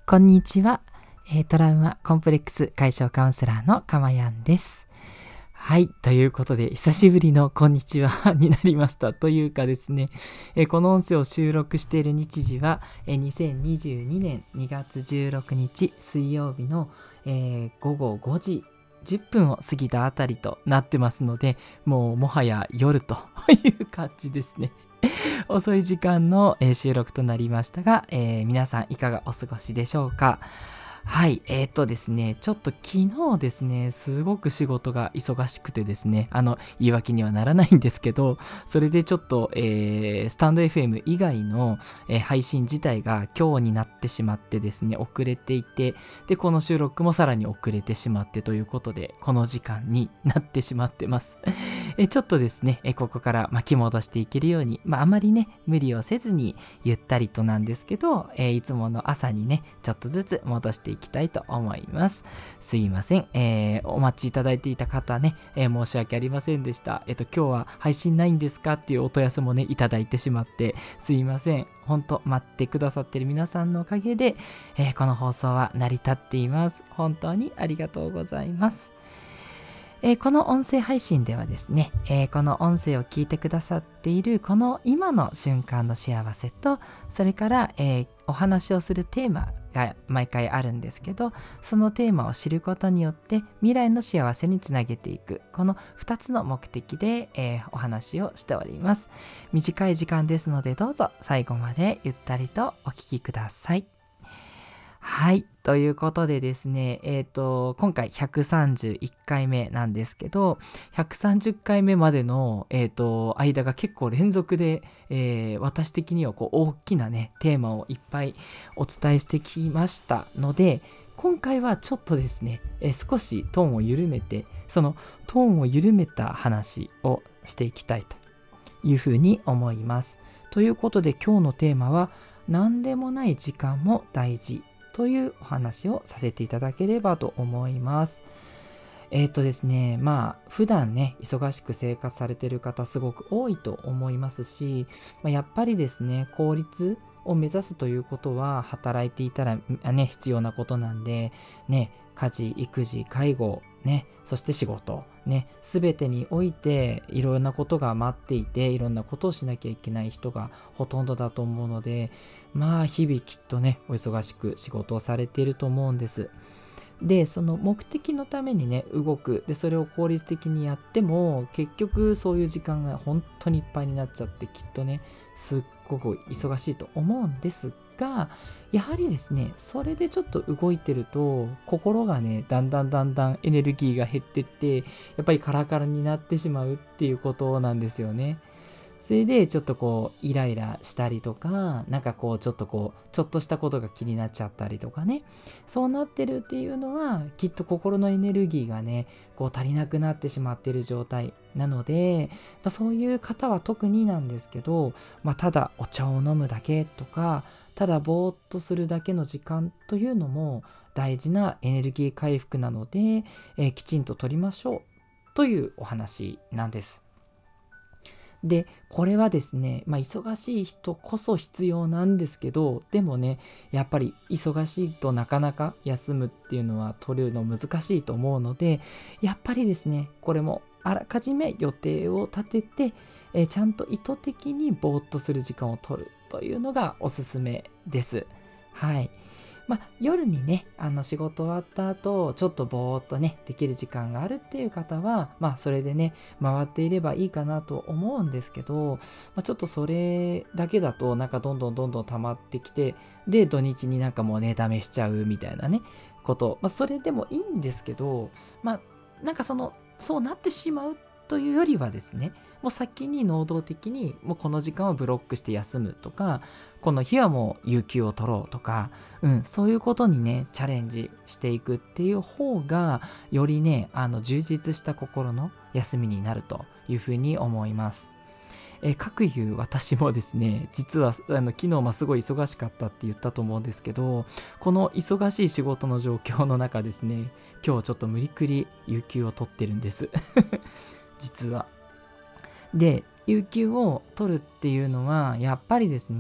こんにちは、トラウマコンプレックス解消カウンセラーのかまやんです。はい、ということで久しぶりのこんにちはになりました。というかですね、この音声を収録している日時は、2022年2月16日水曜日の、午後5時10分を過ぎたあたりとなってますので、もはや夜という感じですね。遅い時間の、収録となりましたが、皆さんいかがお過ごしでしょうか。はい、ですね、ちょっと昨日ですね、すごく仕事が忙しくてですね、言い訳にはならないんですけど、それでちょっと、スタンド FM 以外の、配信自体が今日になってしまってですね、遅れていて、で、この収録もさらに遅れてしまってということで、この時間になってしまってます。ちょっとですね、ここから巻き戻していけるように、あまりね、無理をせずにゆったりとなんですけど、いつもの朝にね、ちょっとずつ戻していきたいと思います。すいません。お待ちいただいていた方ね、申し訳ありませんでした。今日は配信ないんですかっていうお問い合わせもね、いただいてしまって、すいません。本当待ってくださってる皆さんのおかげで、この放送は成り立っています。本当にありがとうございます。この音声配信ではですね、この音声を聞いてくださっているこの今の瞬間の幸せと、それから、お話をするテーマが毎回あるんですけど、そのテーマを知ることによって未来の幸せにつなげていく、この2つの目的で、お話をしております。短い時間ですのでどうぞ最後までゆったりとお聞きください。はい。ということでですね、今回131回目なんですけど、130回目までの、間が結構連続で、私的には大きなね、テーマをいっぱいお伝えしてきましたので、今回はちょっとですね、少しトーンを緩めて、そのトーンを緩めた話をしていきたいというふうに思います。ということで今日のテーマは、何でもない時間も大事というお話をさせていただければと思います。ですね、普段ね、忙しく生活されている方すごく多いと思いますし、やっぱりですね、効率を目指すということは働いていたらね、必要なことなんで、ね、家事、育児、介護、ね、そして仕事、ね、すべてにおいていろんなことが待っていて、いろんなことをしなきゃいけない人がほとんどだと思うので、日々きっとね、お忙しく仕事をされていると思うんです。で、その目的のためにね、動く。で、それを効率的にやっても、結局そういう時間が本当にいっぱいになっちゃって、きっとね、すっごく忙しいと思うんですが、やはりですね、それでちょっと動いてると、心がね、だんだんエネルギーが減ってって、やっぱりカラカラになってしまうっていうことなんですよね。それでちょっとイライラしたりとか、ちょっとしたことが気になっちゃったりとかね、そうなってるっていうのはきっと心のエネルギーがね、足りなくなってしまっている状態なので、そういう方は特になんですけど、ただお茶を飲むだけとか、ただぼーっとするだけの時間というのも大事なエネルギー回復なので、きちんと取りましょうというお話なんです。で、これはですね、忙しい人こそ必要なんですけど、でもね、やっぱり忙しいとなかなか休むっていうのは取るの難しいと思うので、やっぱりですね、これもあらかじめ予定を立てて、ちゃんと意図的にぼーっとする時間を取るというのがおすすめです。はい。夜にね、仕事終わった後、ちょっとぼーっとね、できる時間があるっていう方は、それでね、回っていればいいかなと思うんですけど、ちょっとそれだけだと、どんどん溜まってきて、で、土日にもう寝だめしちゃうみたいなね、こと。それでもいいんですけど、そうなってしまうというよりはですね、もう先に能動的にもうこの時間をブロックして休むとか、この日はもう有給を取ろうとか、そういうことにね、チャレンジしていくっていう方が、よりね、充実した心の休みになるというふうに思います。各いう私もですね、実は昨日すごい忙しかったって言ったと思うんですけど、この忙しい仕事の状況の中ですね、今日ちょっと無理くり有給を取ってるんです実は。で、有給を取るっていうのはやっぱりですね、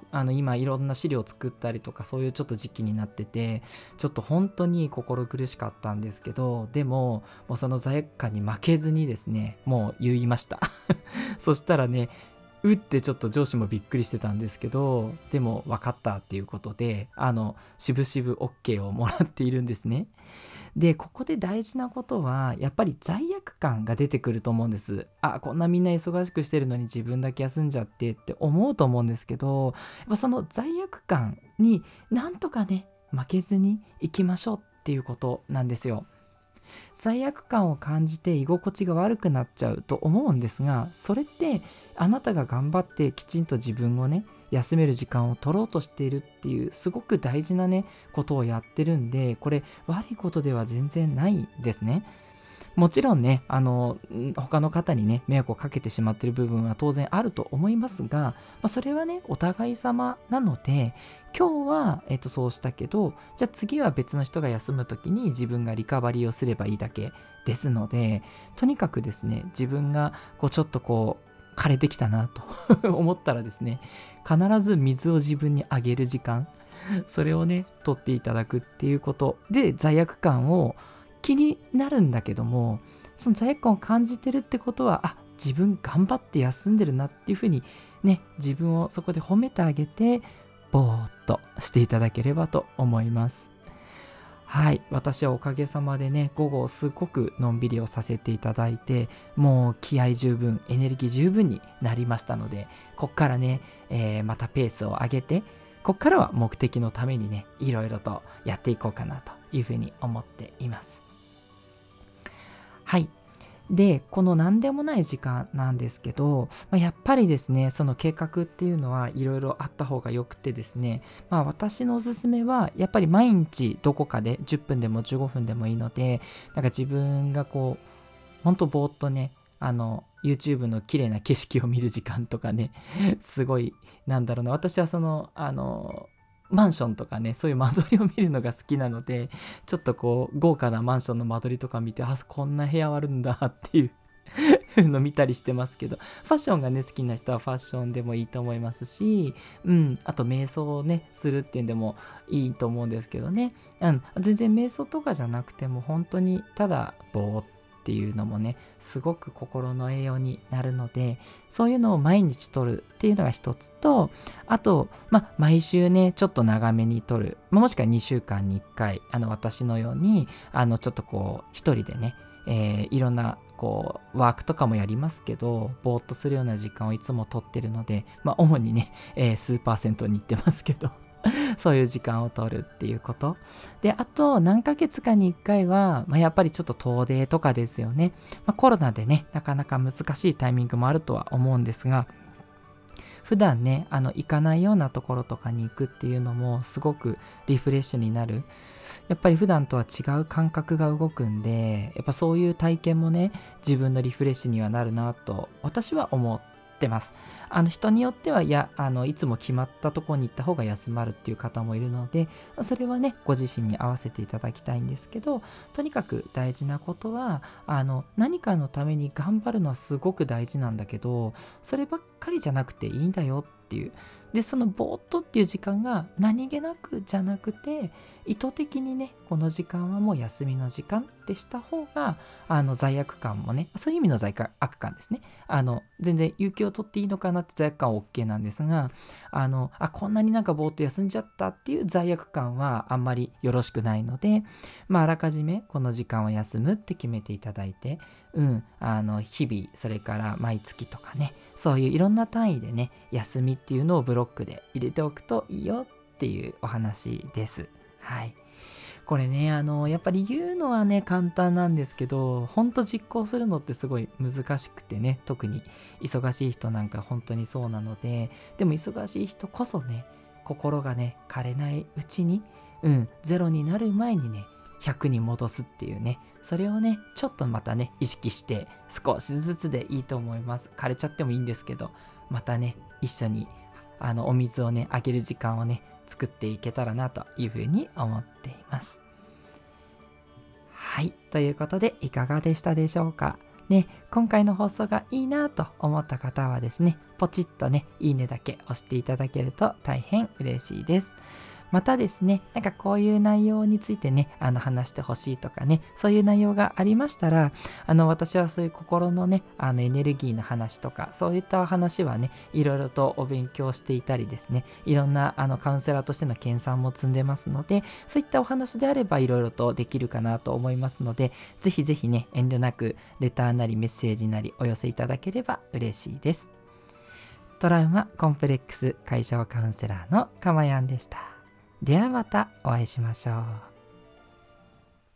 今いろんな資料を作ったりとか、そういうちょっと時期になってて、ちょっと本当に心苦しかったんですけど、でももうその罪悪感に負けずにですね、もう言いましたそしたらね、ってちょっと上司もびっくりしてたんですけど、でも分かったっていうことで、しぶしぶ OK をもらっているんですね。で、ここで大事なことは、やっぱり罪悪感が出てくると思うんです。こんなみんな忙しくしてるのに自分だけ休んじゃってって思うと思うんですけど、やっぱその罪悪感になんとかね、負けずに行きましょうっていうことなんですよ。罪悪感を感じて居心地が悪くなっちゃうと思うんですが、それってあなたが頑張ってきちんと自分をね、休める時間を取ろうとしているっていうすごく大事なね、ことをやってるんで、これ悪いことでは全然ないですね。もちろんね、他の方にね、迷惑をかけてしまっている部分は当然あると思いますが、それはね、お互い様なので、今日は、そうしたけど、じゃあ次は別の人が休む時に自分がリカバリーをすればいいだけですので、とにかくですね、自分がちょっと枯れてきたなと思ったらですね、必ず水を自分にあげる時間、それをね、取っていただくっていうことで、罪悪感を気になるんだけども、その罪悪感を感じてるってことは、自分頑張って休んでるなっていうふうにね、自分をそこで褒めてあげて、ぼーっとしていただければと思います。はい、私はおかげさまでね、午後すごくのんびりをさせていただいて、もう気合十分、エネルギー十分になりましたので、こっからね、またペースを上げて、こっからは目的のためにね、いろいろとやっていこうかなというふうに思っています。はい。で、この何でもない時間なんですけど、やっぱりですね、その計画っていうのはいろいろあった方がよくてですね、私のおすすめは、やっぱり毎日どこかで10分でも15分でもいいので、なんか自分がほんとぼーっとね、YouTube の綺麗な景色を見る時間とかね、すごい、私はマンションとかね、そういう間取りを見るのが好きなので、ちょっと豪華なマンションの間取りとか見て、こんな部屋あるんだっていうの見たりしてますけど、ファッションがね、好きな人はファッションでもいいと思いますし、あと瞑想をね、するっていうんでもいいと思うんですけどね、全然瞑想とかじゃなくても、本当にただぼーっていうのもね、すごく心の栄養になるので、そういうのを毎日取るっていうのが一つと、あと、毎週ね、ちょっと長めに取る、もしくは2週間に1回、私のように、ちょっと一人でね、いろんなワークとかもやりますけど、ぼーっとするような時間をいつも取ってるので、主にね、数%に行ってますけどそういう時間を取るっていうことで、あと何ヶ月かに1回は、やっぱりちょっと遠出とかですよね。コロナでね、なかなか難しいタイミングもあるとは思うんですが、普段ね、行かないようなところとかに行くっていうのもすごくリフレッシュになる。やっぱり普段とは違う感覚が動くんで、やっぱそういう体験もね、自分のリフレッシュにはなるなと私は思ってます。人によっては、いつも決まったところに行った方が休まるっていう方もいるので、それはね、ご自身に合わせていただきたいんですけど、とにかく大事なことは、何かのために頑張るのはすごく大事なんだけど、そればっかりじゃなくていいんだよっていう。で、そのぼーっとっていう時間が何気なくじゃなくて、意図的にね、この時間はもう休みの時間ってした方が、罪悪感もね、そういう意味の罪悪感ですね。全然有給を取っていいのかなって罪悪感は OK なんですが、こんなになんかぼーっと休んじゃったっていう罪悪感はあんまりよろしくないので、あらかじめこの時間は休むって決めていただいて、日々、それから毎月とかね、そういういろんな単位でね、休みっていうのをブロックで入れておくといいよっていうお話です。はい。これね、やっぱり言うのはね、簡単なんですけど、ほんと実行するのってすごい難しくてね、特に忙しい人なんか本当にそうなので、でも忙しい人こそね、心がね、枯れないうちに、ゼロになる前にね、100に戻すっていうね、それをね、ちょっとまたね、意識して少しずつでいいと思います。枯れちゃってもいいんですけど、またね、一緒にお水をね、あげる時間をね、作っていけたらなというふうに思っています。はい。ということで、いかがでしたでしょうか。 で、今回の放送がいいなと思った方はですね、ポチッとね、いいねだけ押していただけると大変嬉しいです。またですね、なんかこういう内容についてね、話してほしいとかね、そういう内容がありましたら、私はそういう心のね、エネルギーの話とか、そういった話はね、いろいろとお勉強していたりですね、いろんなカウンセラーとしての研鑽も積んでますので、そういったお話であればいろいろとできるかなと思いますので、ぜひぜひね、遠慮なくレターなりメッセージなりお寄せいただければ嬉しいです。トラウマコンプレックス解消カウンセラーのかまやんでした。ではまたお会いしましょう。